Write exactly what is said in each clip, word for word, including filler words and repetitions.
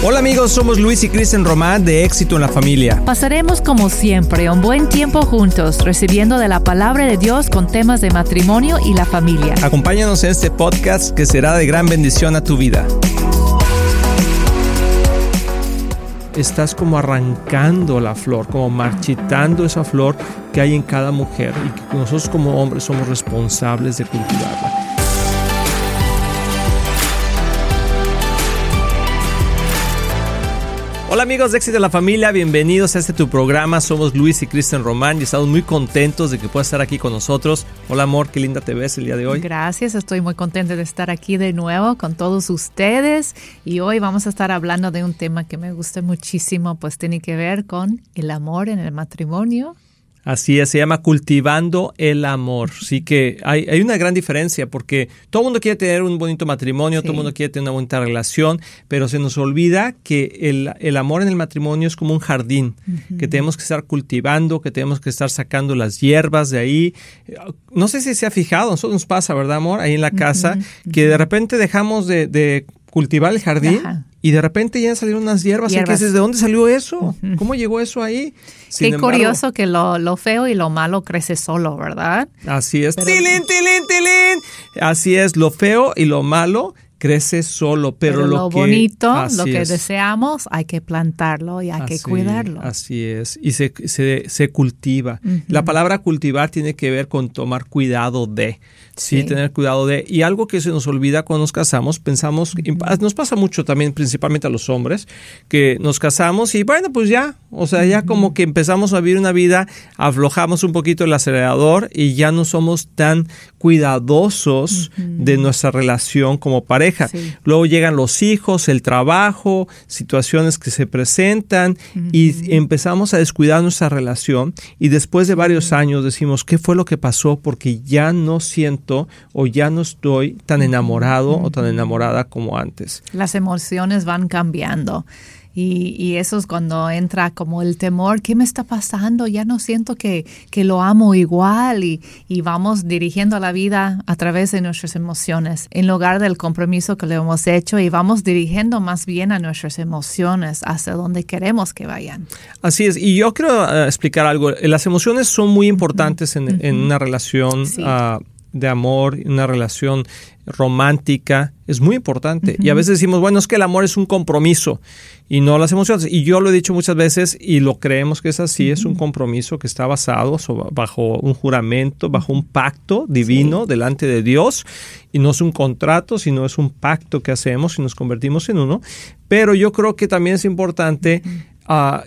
Hola amigos, somos Luis y Kristen Román de Éxito en la Familia. Pasaremos como siempre un buen tiempo juntos, recibiendo de la palabra de Dios con temas de matrimonio y la familia. Acompáñanos en este podcast que será de gran bendición a tu vida. Estás como arrancando la flor, como marchitando esa flor que hay en cada mujer y que nosotros como hombres somos responsables de cultivarla. Hola amigos de Éxito en la Familia, bienvenidos a este tu programa. Somos Luis y Kristen Román y estamos muy contentos de que puedas estar aquí con nosotros. Hola amor, qué linda te ves el día de hoy. Gracias, estoy muy contenta de estar aquí de nuevo con todos ustedes y hoy vamos a estar hablando de un tema que me gusta muchísimo, pues tiene que ver con el amor en el matrimonio. Así es, se llama Cultivando el Amor. Sí que hay, hay una gran diferencia porque todo el mundo quiere tener un bonito matrimonio, sí. Todo el mundo quiere tener una bonita relación, pero se nos olvida que el, el amor en el matrimonio es como un jardín, uh-huh. que tenemos que estar cultivando, que tenemos que estar sacando las hierbas de ahí. No sé si se ha fijado, a nosotros nos pasa, ¿verdad, amor? Ahí en la casa, uh-huh. que de repente dejamos de, de cultivar el jardín. Ajá. Y de repente ya salieron unas hierbas. hierbas. ¿De dónde salió eso? Uh-huh. ¿Cómo llegó eso ahí? Sin Qué embargo, curioso que lo, lo feo y lo malo crece solo, ¿verdad? Así es. Pero... ¡Tilín, tilín, tilín! Así es, lo feo y lo malo crece solo, pero, pero lo, lo que, bonito, lo que es. deseamos, hay que plantarlo y hay así, que cuidarlo. Así es, y se, se, se cultiva. Uh-huh. La palabra cultivar tiene que ver con tomar cuidado de, sí, sí tener cuidado de. Y algo que se nos olvida cuando nos casamos, pensamos, uh-huh. nos pasa mucho también, principalmente a los hombres, que nos casamos y bueno, pues ya, o sea, ya uh-huh. como que empezamos a vivir una vida, aflojamos un poquito el acelerador y ya no somos tan cuidadosos uh-huh. de nuestra relación como pareja. Sí. Luego llegan los hijos, el trabajo, situaciones que se presentan uh-huh. y empezamos a descuidar nuestra relación y después de varios uh-huh. años decimos, ¿qué fue lo que pasó? Porque ya no siento o ya no estoy tan enamorado uh-huh. o tan enamorada como antes. Las emociones van cambiando. Y, y eso es cuando entra como el temor, ¿qué me está pasando? Ya no siento que, que lo amo igual y, y vamos dirigiendo la vida a través de nuestras emociones en lugar del compromiso que le hemos hecho y vamos dirigiendo más bien a nuestras emociones hacia donde queremos que vayan. Así es, y yo quiero uh, explicar algo. Las emociones son muy importantes uh-huh. en, en una relación sí. uh, de amor, una relación romántica, es muy importante. Uh-huh. Y a veces decimos, bueno, es que el amor es un compromiso y no las emociones. Y yo lo he dicho muchas veces y lo creemos que es así, uh-huh. es un compromiso que está basado sobre, bajo un juramento, bajo un pacto divino sí. delante de Dios. Y no es un contrato, sino es un pacto que hacemos y nos convertimos en uno. Pero yo creo que también es importante uh-huh. uh,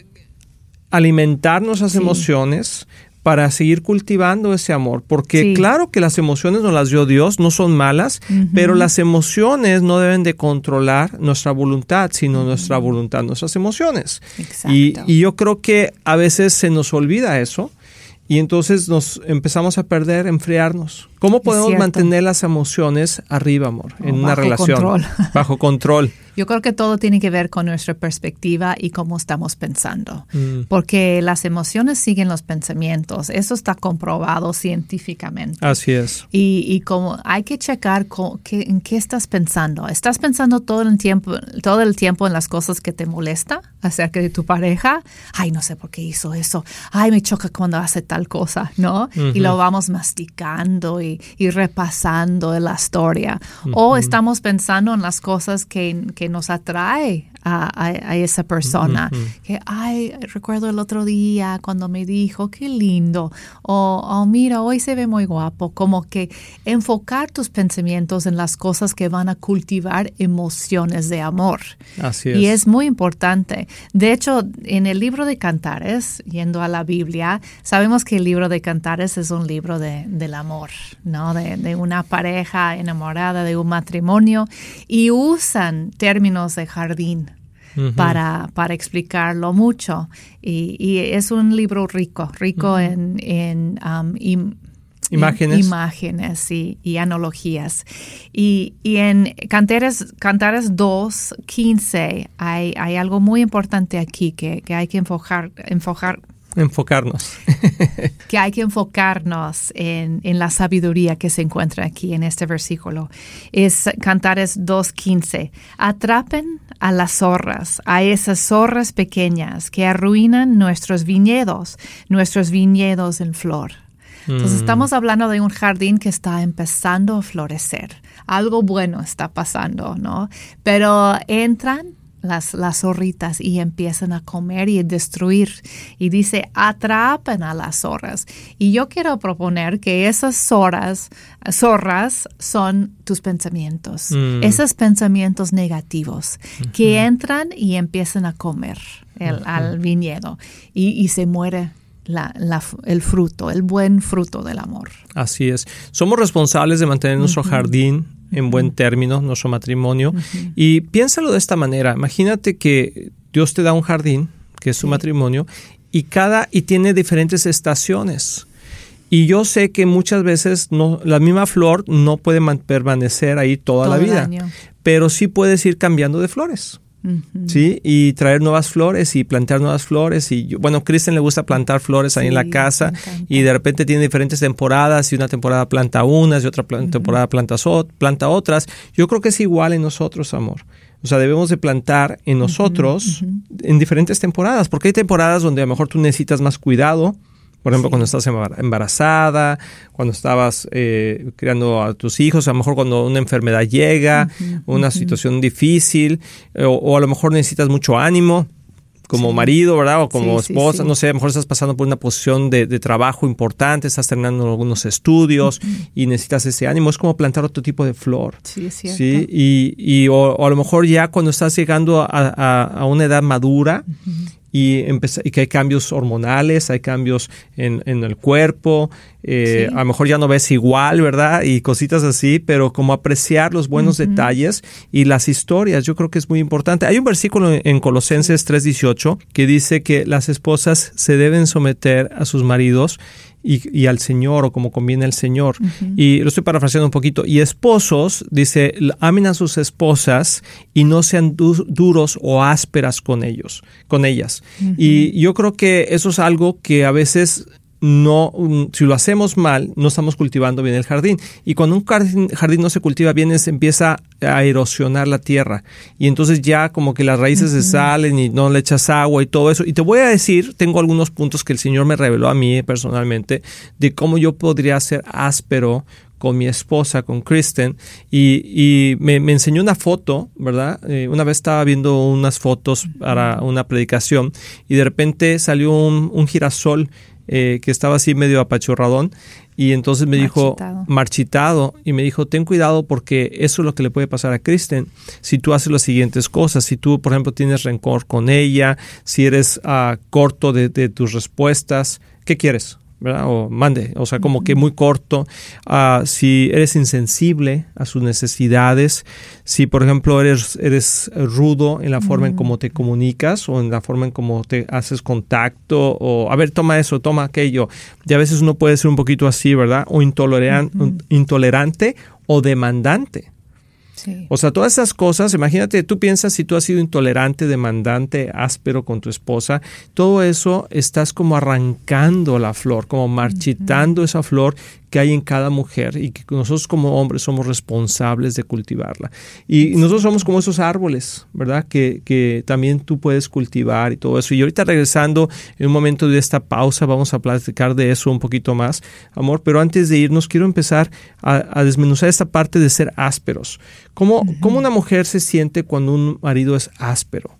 alimentar nuestras sí. emociones para seguir cultivando ese amor, porque sí. claro que las emociones nos las dio Dios, no son malas, uh-huh. pero las emociones no deben de controlar nuestra voluntad, sino uh-huh. nuestra voluntad, nuestras emociones. Exacto. Y, y yo creo que a veces se nos olvida eso y entonces nos empezamos a perder, enfriarnos. ¿Cómo podemos mantener las emociones arriba, amor, en oh, una bajo relación? Control. Bajo control. Yo creo que todo tiene que ver con nuestra perspectiva y cómo estamos pensando, mm. porque las emociones siguen los pensamientos. Eso está comprobado científicamente. Así es. Y, y como hay que checar con, qué, en qué estás pensando. ¿Estás pensando todo el tiempo, todo el tiempo en las cosas que te molesta acerca de tu pareja? Ay, no sé por qué hizo eso. Ay, me choca cuando hace tal cosa, ¿no? Uh-huh. Y lo vamos masticando y, y repasando en la historia. Uh-huh. O estamos pensando en las cosas que, que nos atrae a, a, a esa persona. Uh-huh. Que, ay, recuerdo el otro día cuando me dijo, qué lindo. O, oh, mira, hoy se ve muy guapo. Como que enfocar tus pensamientos en las cosas que van a cultivar emociones de amor. Así es. Y es muy importante. De hecho, en el libro de Cantares, yendo a la Biblia, sabemos que el libro de Cantares es un libro de, del amor, ¿no? De, de una pareja enamorada, de un matrimonio. Y usan términos de jardín. Uh-huh. para, para explicarlo mucho. Y, y es un libro rico, rico uh-huh. en, en um, im, imágenes, imágenes y, y analogías. Y, y en Cantares, Cantares dos quince hay, hay algo muy importante aquí que, que hay que enfocar, enfocar Enfocarnos. que hay que enfocarnos en, en la sabiduría que se encuentra aquí en este versículo. Es Cantares dos quince. Atrapen a las zorras, a esas zorras pequeñas que arruinan nuestros viñedos, nuestros viñedos en flor. Entonces mm. estamos hablando de un jardín que está empezando a florecer. Algo bueno está pasando, ¿no? Pero entran las, las zorritas y empiezan a comer y a destruir. Y dice, atrapen a las zorras. Y yo quiero proponer que esas zorras, zorras son tus pensamientos. Mm. Esos pensamientos negativos uh-huh. que entran y empiezan a comer el, uh-huh. al viñedo. Y, y se muere La, la, el fruto, el buen fruto del amor. Así es. Somos responsables de mantener uh-huh. nuestro jardín en uh-huh. buen término, nuestro matrimonio. Uh-huh. Y piénsalo de esta manera. Imagínate que Dios te da un jardín, que es tu sí. matrimonio, y cada y tiene diferentes estaciones. Y yo sé que muchas veces no, la misma flor no puede man, permanecer ahí toda Todo la vida, pero sí puedes ir cambiando de flores. Uh-huh. Sí, y traer nuevas flores y plantar nuevas flores. Y yo, bueno, a Kristen le gusta plantar flores sí, ahí en la casa y de repente tiene diferentes temporadas y una temporada planta unas y otra uh-huh. temporada planta, so, planta otras. Yo creo que es igual en nosotros, amor. O sea, debemos de plantar en nosotros uh-huh. en diferentes temporadas, porque hay temporadas donde a lo mejor tú necesitas más cuidado. Por ejemplo, sí. cuando estás embarazada, cuando estabas eh, criando a tus hijos, a lo mejor cuando una enfermedad llega, uh-huh, una uh-huh. situación difícil, o, o a lo mejor necesitas mucho ánimo como sí. marido, ¿verdad? O como sí, esposa, sí, sí. no sé, a lo mejor estás pasando por una posición de, de trabajo importante, estás terminando algunos estudios uh-huh. y necesitas ese ánimo. Es como plantar otro tipo de flor. Sí, es cierto. ¿Sí? Y, y o, o a lo mejor ya cuando estás llegando a, a, a una edad madura, uh-huh. Y, empezar, y que hay cambios hormonales, hay cambios en, en el cuerpo, eh, sí. a lo mejor ya no ves igual, ¿verdad? Y cositas así, pero como apreciar los buenos uh-huh. detalles y las historias, yo creo que es muy importante. Hay un versículo en Colosenses tres dieciocho que dice que las esposas se deben someter a sus maridos Y, y al Señor, o como conviene al Señor. Uh-huh. Y lo estoy parafraseando un poquito. Y esposos, dice, amen a sus esposas y no sean du- duros o ásperas con ellos, con ellas. Uh-huh. Y yo creo que eso es algo que a veces no, si lo hacemos mal, no estamos cultivando bien el jardín. Y cuando un jardín, jardín no se cultiva bien, se empieza a erosionar la tierra. Y entonces ya como que las raíces uh-huh. se salen y no le echas agua y todo eso. Y te voy a decir, tengo algunos puntos que el Señor me reveló a mí personalmente de cómo yo podría ser áspero con mi esposa, con Kristen, y, y me, me enseñó una foto, ¿verdad? Eh, una vez estaba viendo unas fotos para una predicación y de repente salió un, un girasol Eh, que estaba así medio apachurradón y entonces me marchitado. dijo marchitado y me dijo ten cuidado porque eso es lo que le puede pasar a Kristen si tú haces las siguientes cosas, si tú por ejemplo tienes rencor con ella, si eres uh, corto de, de tus respuestas, ¿qué quieres? ¿Verdad? O mande, o sea, como uh-huh. que muy corto. Uh, si eres insensible a sus necesidades, si, por ejemplo, eres, eres rudo en la forma uh-huh. en cómo te comunicas o en la forma en cómo te haces contacto, o, a ver, toma eso, toma aquello. Y a veces uno puede ser un poquito así, ¿verdad? O intoleran- uh-huh. intolerante o demandante. Sí. O sea, todas esas cosas, imagínate, tú piensas si tú has sido intolerante, demandante, áspero con tu esposa, todo eso estás como arrancando la flor, como marchitando uh-huh. esa flor que hay en cada mujer y que nosotros como hombres somos responsables de cultivarla. Y sí. nosotros somos como esos árboles, ¿verdad? Que, que también tú puedes cultivar y todo eso. Y ahorita regresando en un momento de esta pausa vamos a platicar de eso un poquito más, amor. Pero antes de irnos quiero empezar a, a desmenuzar esta parte de ser ásperos. ¿Cómo, uh-huh. ¿Cómo una mujer se siente cuando un marido es áspero?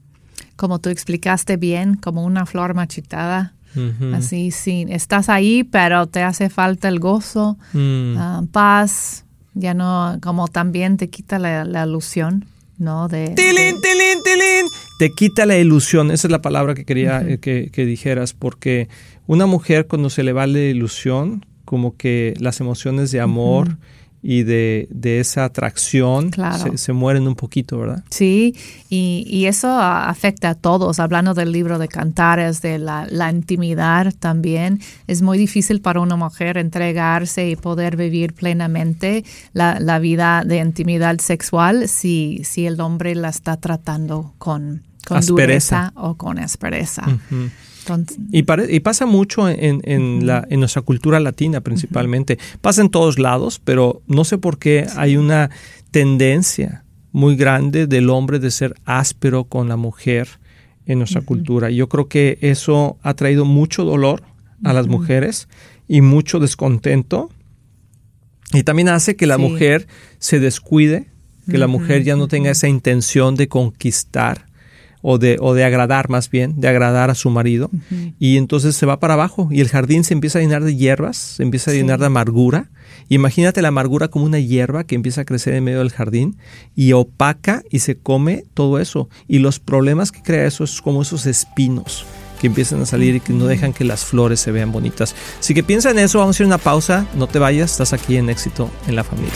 Como tú explicaste bien, como una flor marchitada. Uh-huh. Así, sí, estás ahí, pero te hace falta el gozo, mm. uh, paz, ya no, como también te quita la, la ilusión, ¿no? De, ¡Tilín, de... tilín, tilín! Te quita la ilusión, esa es la palabra que quería uh-huh. que, que dijeras, porque una mujer cuando se le va la ilusión, como que las emociones de amor uh-huh. y de, de esa atracción claro. se, se mueren un poquito, ¿verdad? Sí, y, y eso afecta a todos. Hablando del libro de Cantares, de la, la intimidad también, es muy difícil para una mujer entregarse y poder vivir plenamente la, la vida de intimidad sexual si, si el hombre la está tratando con, con dureza o con aspereza. Uh-huh. Entonces, y, pare, y pasa mucho en, en, uh-huh. la, en nuestra cultura latina principalmente. Uh-huh. Pasa en todos lados, pero no sé por qué sí. hay una tendencia muy grande del hombre de ser áspero con la mujer en nuestra uh-huh. cultura. Yo creo que eso ha traído mucho dolor a uh-huh. las mujeres y mucho descontento. Y también hace que la sí. mujer se descuide, que uh-huh. la mujer ya no tenga esa intención de conquistar o de, o de agradar más bien, de agradar a su marido. Uh-huh. Y entonces se va para abajo y el jardín se empieza a llenar de hierbas, se empieza a sí. llenar de amargura. Imagínate la amargura como una hierba que empieza a crecer en medio del jardín y opaca y se come todo eso. Y los problemas que crea eso es como esos espinos que empiezan a salir y que no dejan que las flores se vean bonitas. Así que piensa en eso, vamos a hacer una pausa, no te vayas, estás aquí en Éxito en la Familia.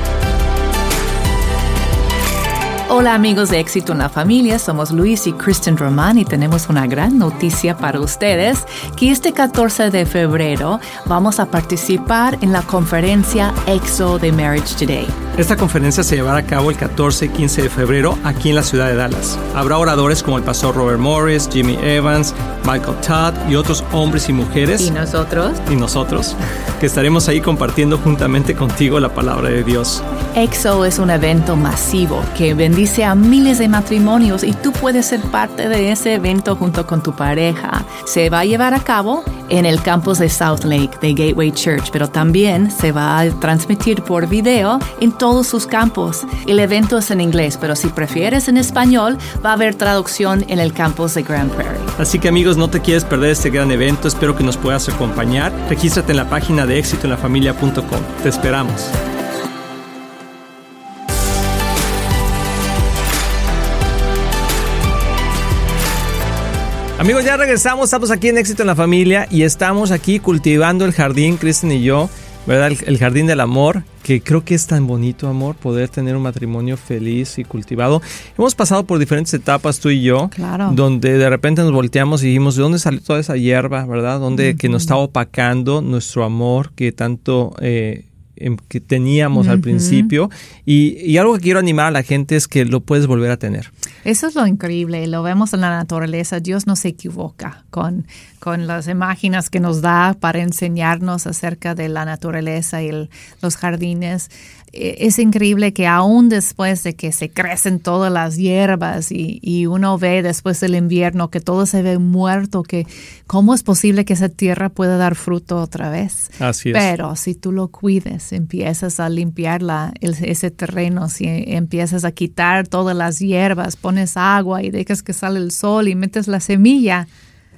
Hola amigos de Éxito en la Familia, somos Luis y Kristen Román y tenemos una gran noticia para ustedes, que este catorce de febrero vamos a participar en la conferencia EXO de Marriage Today. Esta conferencia se llevará a cabo el catorce y quince de febrero aquí en la ciudad de Dallas. Habrá oradores como el pastor Robert Morris, Jimmy Evans, Michael Todd y otros hombres y mujeres. ¿Y nosotros? Y nosotros, que estaremos ahí compartiendo juntamente contigo la palabra de Dios. EXO es un evento masivo que bendice a miles de matrimonios y tú puedes ser parte de ese evento junto con tu pareja. Se va a llevar a cabo en el campus de South Lake de Gateway Church, pero también se va a transmitir por video en todos sus campus. El evento es en inglés, pero si prefieres en español, va a haber traducción en el campus de Grand Prairie. Así que amigos, no te quieres perder este gran evento, espero que nos puedas acompañar. Regístrate en la página de éxito en la familia punto com. Te esperamos. Amigos, ya regresamos, estamos aquí en Éxito en la Familia y estamos aquí cultivando el jardín, Kristen y yo, ¿verdad? El, el jardín del amor, que creo que es tan bonito, amor, poder tener un matrimonio feliz y cultivado. Hemos pasado por diferentes etapas, tú y yo, claro. donde de repente nos volteamos y dijimos, ¿de dónde salió toda esa hierba, verdad? Donde uh-huh. que nos estaba opacando nuestro amor que tanto... Eh, que teníamos uh-huh. al principio y, y algo que quiero animar a la gente es que lo puedes volver a tener. Eso es lo increíble, lo vemos en la naturaleza, Dios no se equivoca con, con las imágenes que nos da para enseñarnos acerca de la naturaleza y el, los jardines. Es increíble que aún después de que se crecen todas las hierbas y, y uno ve después del invierno que todo se ve muerto, que cómo es posible que esa tierra pueda dar fruto otra vez. Así es. Pero si tú lo cuides, empiezas a limpiar la, el, ese terreno, si empiezas a quitar todas las hierbas, pones agua y dejas que sale el sol y metes la semilla,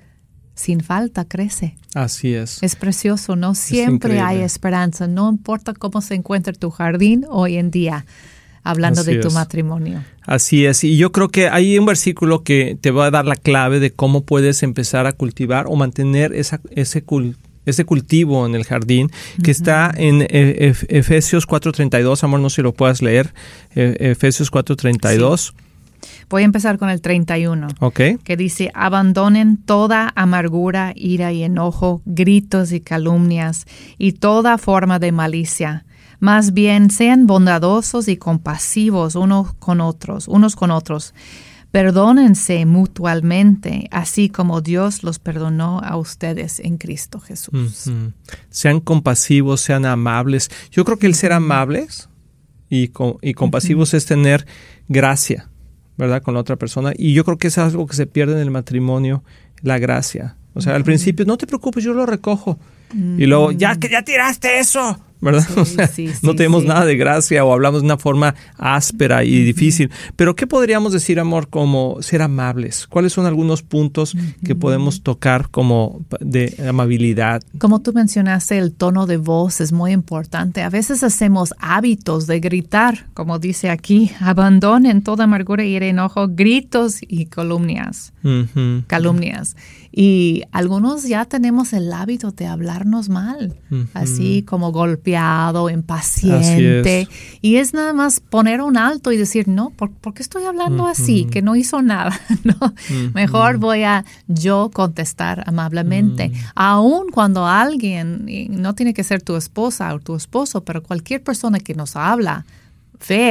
sin falta crece. Así es. Es precioso, ¿no? Siempre hay esperanza, no importa cómo se encuentre tu jardín hoy en día, hablando Así de tu es. matrimonio. Así es, y yo creo que hay un versículo que te va a dar la clave de cómo puedes empezar a cultivar o mantener esa, ese cultivo. Ese cultivo en el jardín, que uh-huh. está en e- e- Efesios cuatro treinta y dos, amor, no sé si lo puedas leer, e- Efesios cuatro treinta y dos. Sí. Voy a empezar con el treinta y uno, okay. que dice, abandonen toda amargura, ira y enojo, gritos y calumnias, y toda forma de malicia. Más bien, sean bondadosos y compasivos unos con otros, unos con otros. Perdónense mutuamente, así como Dios los perdonó a ustedes en Cristo Jesús. Uh-huh. Sean compasivos, sean amables. Yo creo que el ser amables y, y compasivos uh-huh. es tener gracia, ¿verdad? Con la otra persona. Y yo creo que es algo que se pierde en el matrimonio, la gracia. O sea, uh-huh. al principio, no te preocupes, yo lo recojo. Uh-huh. Y luego, ya que ya tiraste eso, ¿verdad? Sí, o sea, sí, sí, no tenemos sí. nada de gracia o hablamos de una forma áspera y uh-huh. difícil. Pero ¿qué podríamos decir, amor, como ser amables? ¿Cuáles son algunos puntos uh-huh. que podemos tocar como de amabilidad? Como tú mencionaste, el tono de voz es muy importante. A veces hacemos hábitos de gritar, como dice aquí, abandonen toda amargura y enojo, gritos y calumnias. Uh-huh. Calumnias. Y algunos ya tenemos el hábito de hablarnos mal, uh-huh. así como golpeado, impaciente. Es. Y es nada más poner un alto y decir, no, ¿por, ¿por qué estoy hablando uh-huh. así? Que no hizo nada. ¿no? Uh-huh. Mejor voy a yo contestar amablemente. Uh-huh. Aun cuando alguien, no tiene que ser tu esposa o tu esposo, pero cualquier persona que nos habla feo,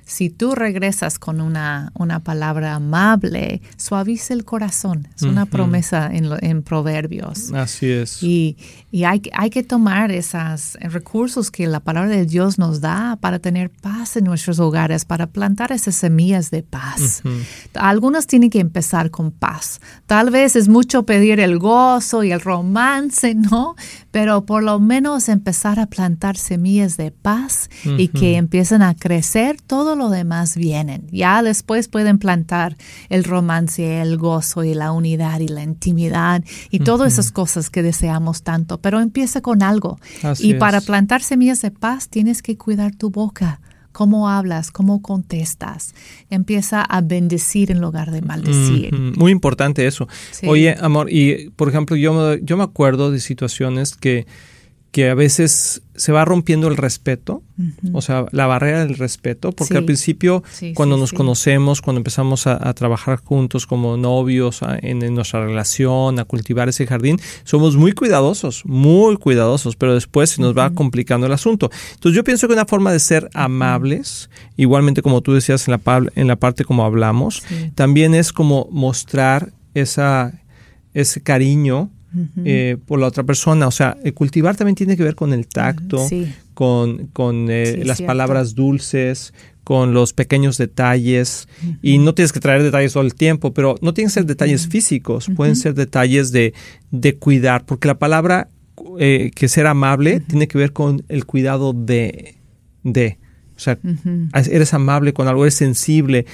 si tú regresas con una, una palabra amable, suaviza el corazón. Es una uh-huh. promesa en, lo, en Proverbios. Así es. Y, y hay, hay que tomar esos recursos que la palabra de Dios nos da para tener paz en nuestros hogares, para plantar esas semillas de paz. Uh-huh. Algunos tienen que empezar con paz. Tal vez es mucho pedir el gozo y el romance, ¿no? Pero por lo menos empezar a plantar semillas de paz uh-huh. y que empiecen a crecer, todo lo demás vienen. Ya después pueden plantar el romance, el gozo y la unidad y la intimidad y uh-huh. todas esas cosas que deseamos tanto. Pero empieza con algo. Así y es. Para plantar semillas de paz tienes que cuidar tu boca. Cómo hablas, cómo contestas. Empieza a bendecir en lugar de maldecir. Mm-hmm. Muy importante eso. Sí. Oye, amor, y por ejemplo, yo, yo me acuerdo de situaciones que, que a veces se va rompiendo el respeto, uh-huh. o sea, la barrera del respeto, porque sí. al principio, sí, cuando sí, nos sí. conocemos, cuando empezamos a, a trabajar juntos como novios, a, en, en nuestra relación, a cultivar ese jardín, somos muy cuidadosos, muy cuidadosos, pero después se nos uh-huh. va complicando el asunto. Entonces yo pienso que una forma de ser amables, igualmente como tú decías en la, en la parte como hablamos, sí. también es como mostrar esa, ese cariño Uh-huh. Eh, por la otra persona. O sea, el cultivar también tiene que ver con el tacto, uh-huh. sí. con, con eh, sí, las cierto. palabras dulces, con los pequeños detalles. Uh-huh. Y no tienes que traer detalles todo el tiempo, pero no tienen que ser detalles uh-huh. físicos, uh-huh. pueden ser detalles de, de cuidar, porque la palabra eh, que ser amable uh-huh. tiene que ver con el cuidado de... de O sea, uh-huh. eres amable con algo, eres sensible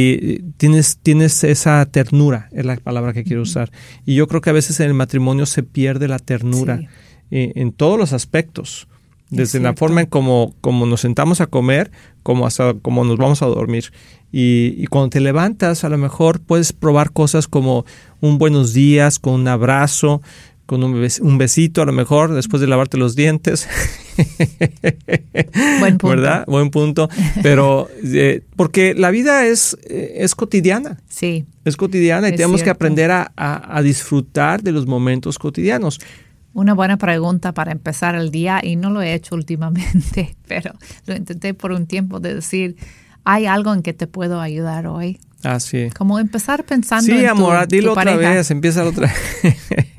y tienes, tienes esa ternura, es la palabra que quiero uh-huh. usar. Y yo creo que a veces en el matrimonio se pierde la ternura sí. eh, en todos los aspectos. Desde la forma en cómo como nos sentamos a comer, como hasta cómo nos vamos a dormir. Y, y cuando te levantas, a lo mejor puedes probar cosas como un buenos días, con un abrazo, con un, bes- un besito a lo mejor después de lavarte los dientes. Buen punto. ¿Verdad? Buen punto. Pero eh, porque la vida es, eh, es cotidiana. Sí. Es cotidiana y es tenemos cierto. que aprender a, a, a disfrutar de los momentos cotidianos. Una buena pregunta para empezar el día, y no lo he hecho últimamente, pero lo intenté por un tiempo, de decir, ¿hay algo en que te puedo ayudar hoy? Ah, sí. Como empezar pensando sí, en tu, amor, dilo tu otra pareja. vez, empieza otra vez.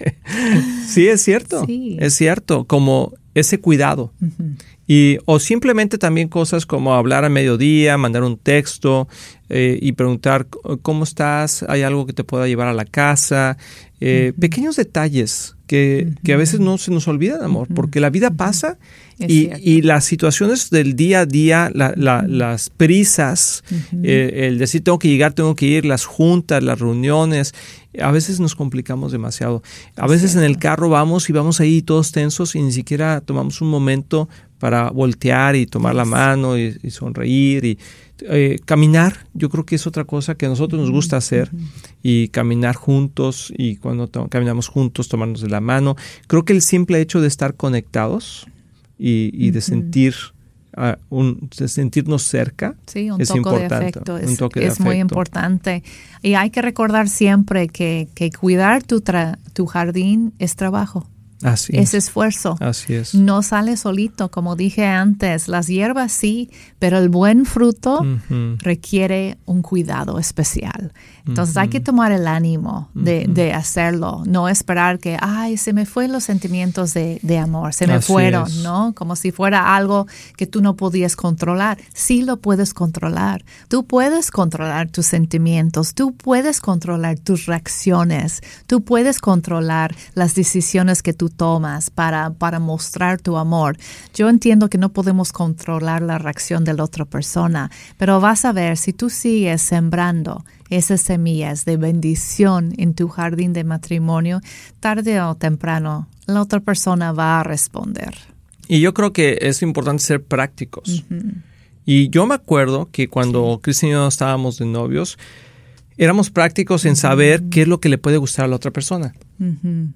Sí, es cierto, sí. es cierto, como ese cuidado. Uh-huh. Y, o simplemente también cosas como hablar a mediodía, mandar un texto eh, y preguntar ¿cómo estás? ¿Hay algo que te pueda llevar a la casa? Eh, uh-huh. Pequeños detalles que, uh-huh. que a veces no se nos olvidan, amor, uh-huh. porque la vida pasa y, y las situaciones del día a día, la, la, uh-huh. las prisas, uh-huh. eh, el decir tengo que llegar, tengo que ir, las juntas, las reuniones, a veces nos complicamos demasiado. A veces en el carro vamos y vamos ahí todos tensos y ni siquiera tomamos un momento para voltear y tomar la mano y, y sonreír y eh, caminar. Yo creo que es otra cosa que a nosotros nos gusta hacer uh-huh. y caminar juntos, y cuando to- caminamos juntos tomarnos de la mano. Creo que el simple hecho de estar conectados y, y uh-huh. de sentir uh, un, de sentirnos cerca sí, un es toque importante. De afecto. Es, un toque de es afecto. Muy importante. Y hay que recordar siempre que, que cuidar tu, tra- tu jardín es trabajo. Así es es. esfuerzo. Así es. No sale solito, como dije antes. Las hierbas sí, pero el buen fruto uh-huh. requiere un cuidado especial. Entonces uh-huh. hay que tomar el ánimo de, uh-huh. de hacerlo. No esperar que, ay, se me fueron los sentimientos de, de amor. Se me Así fueron, es. ¿no? Como si fuera algo que tú no podías controlar. Sí lo puedes controlar. Tú puedes controlar tus sentimientos. Tú puedes controlar tus reacciones. Tú puedes controlar las decisiones que tú tomas para, para mostrar tu amor. Yo entiendo que no podemos controlar la reacción de la otra persona, pero vas a ver, si tú sigues sembrando esas semillas de bendición en tu jardín de matrimonio, tarde o temprano la otra persona va a responder. Y yo creo que es importante ser prácticos. Uh-huh. Y yo me acuerdo que cuando sí. Cristian y yo estábamos de novios, éramos prácticos en saber uh-huh. qué es lo que le puede gustar a la otra persona. Uh-huh.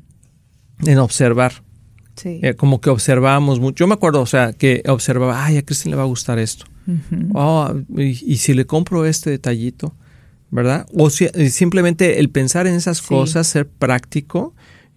En observar. Sí. Eh, como que observábamos mucho. Yo me acuerdo, o sea, que observaba, ay, a Cristian le va a gustar esto. Uh-huh. Oh, y, y si le compro este detallito, ¿verdad? O si, simplemente el pensar en esas sí. cosas, ser práctico.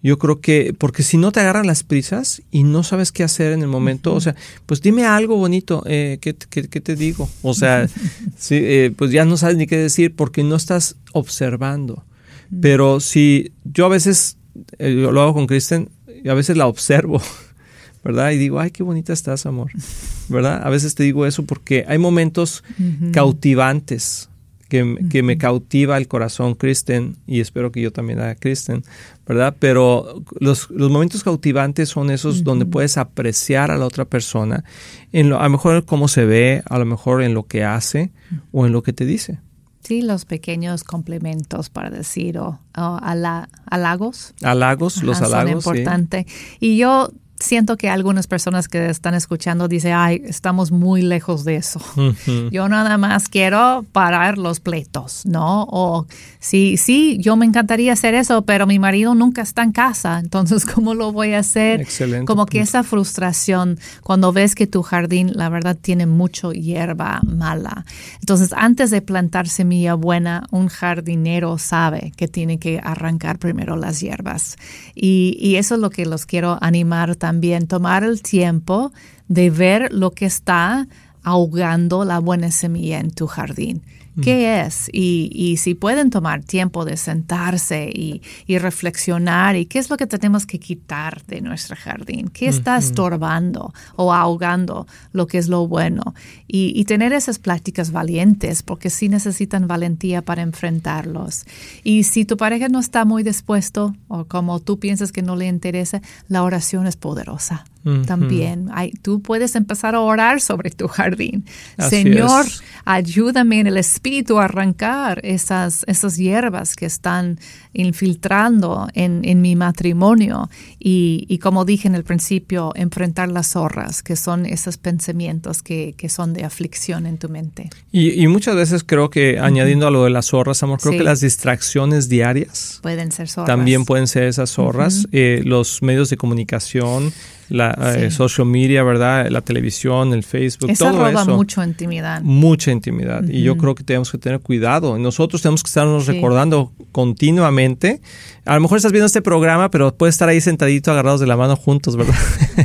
Yo creo que, porque si no te agarran las prisas y no sabes qué hacer en el momento, uh-huh. o sea, pues dime algo bonito, eh, ¿qué, qué, ¿qué te digo? O sea, sí, eh, pues ya no sabes ni qué decir porque no estás observando. Uh-huh. Pero si yo a veces, eh, yo lo hago con Kristen, y a veces la observo, ¿verdad? Y digo, ay, qué bonita estás, amor, ¿verdad? A veces te digo eso porque hay momentos uh-huh. cautivantes que, uh-huh. que me cautiva el corazón, Kristen, y espero que yo también haga Kristen, ¿verdad? Pero los, los momentos cautivantes son esos uh-huh. donde puedes apreciar a la otra persona, en lo, a lo mejor en cómo se ve, a lo mejor en lo que hace uh-huh. o en lo que te dice. Sí, los pequeños complementos, para decir, o, o ala, halagos. Halagos, los Ajá, halagos, son importantes. Sí. Y yo siento que algunas personas que están escuchando dicen, ay, estamos muy lejos de eso. Uh-huh. Yo nada más quiero parar los pleitos, ¿no? O sí, sí, yo me encantaría hacer eso, pero mi marido nunca está en casa, entonces, ¿cómo lo voy a hacer? Excelente. Como que esa frustración cuando ves que tu jardín, la verdad, tiene mucho hierba mala. Entonces, antes de plantar semilla buena, un jardinero sabe que tiene que arrancar primero las hierbas. Y, y eso es lo que los quiero animar también. También tomar el tiempo de ver lo que está ahogando la buena semilla en tu jardín. ¿Qué es? Y, y si pueden tomar tiempo de sentarse y, y reflexionar y qué es lo que tenemos que quitar de nuestro jardín, qué está estorbando o ahogando lo que es lo bueno. Y, y tener esas pláticas valientes, porque sí necesitan valentía para enfrentarlos. Y si tu pareja no está muy dispuesto o como tú piensas que no le interesa, la oración es poderosa. Uh-huh. También hay, tú puedes empezar a orar sobre tu jardín. Así Señor, es. ayúdame en el espíritu a arrancar esas, esas hierbas que están infiltrando en, en mi matrimonio. Y, y como dije en el principio, enfrentar las zorras, que son esos pensamientos que, que son de aflicción en tu mente. Y, y muchas veces creo que, uh-huh. añadiendo a lo de las zorras, amor, creo sí. que las distracciones diarias pueden ser zorras. También pueden ser esas zorras. Uh-huh. Eh, los medios de comunicación, la sí. eh, social media, ¿verdad? La televisión, el Facebook, eso todo roba eso. mucha intimidad. Mucha intimidad. Uh-huh. Y yo creo que tenemos que tener cuidado. Nosotros tenemos que estarnos sí. recordando continuamente. A lo mejor estás viendo este programa, pero puedes estar ahí sentadito, agarrados de la mano juntos, ¿verdad?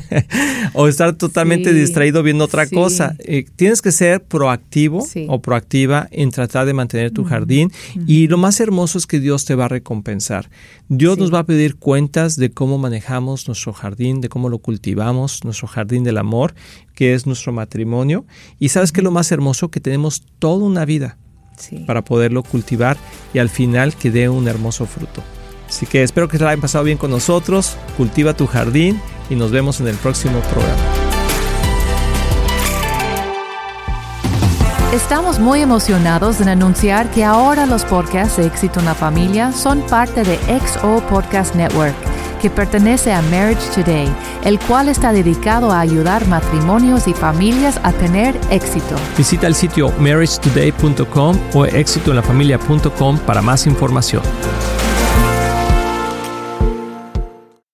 O estar totalmente sí. distraído viendo otra sí. cosa. Eh, tienes que ser proactivo sí. o proactiva en tratar de mantener tu uh-huh. jardín. Uh-huh. Y lo más hermoso es que Dios te va a recompensar. Dios sí. nos va a pedir cuentas de cómo manejamos nuestro jardín, de cómo lo cultivamos, nuestro jardín del amor, que es nuestro matrimonio. Y ¿sabes uh-huh. qué es lo más hermoso? Que tenemos toda una vida sí. para poderlo cultivar y al final que dé un hermoso fruto. Así que espero que se la hayan pasado bien con nosotros. Cultiva tu jardín y nos vemos en el próximo programa. Estamos muy emocionados en anunciar que ahora los podcasts de Éxito en la Familia son parte de X O Podcast Network, que pertenece a Marriage Today, el cual está dedicado a ayudar matrimonios y familias a tener éxito. Visita el sitio marriage today punto com o éxito en la familia punto com para más información.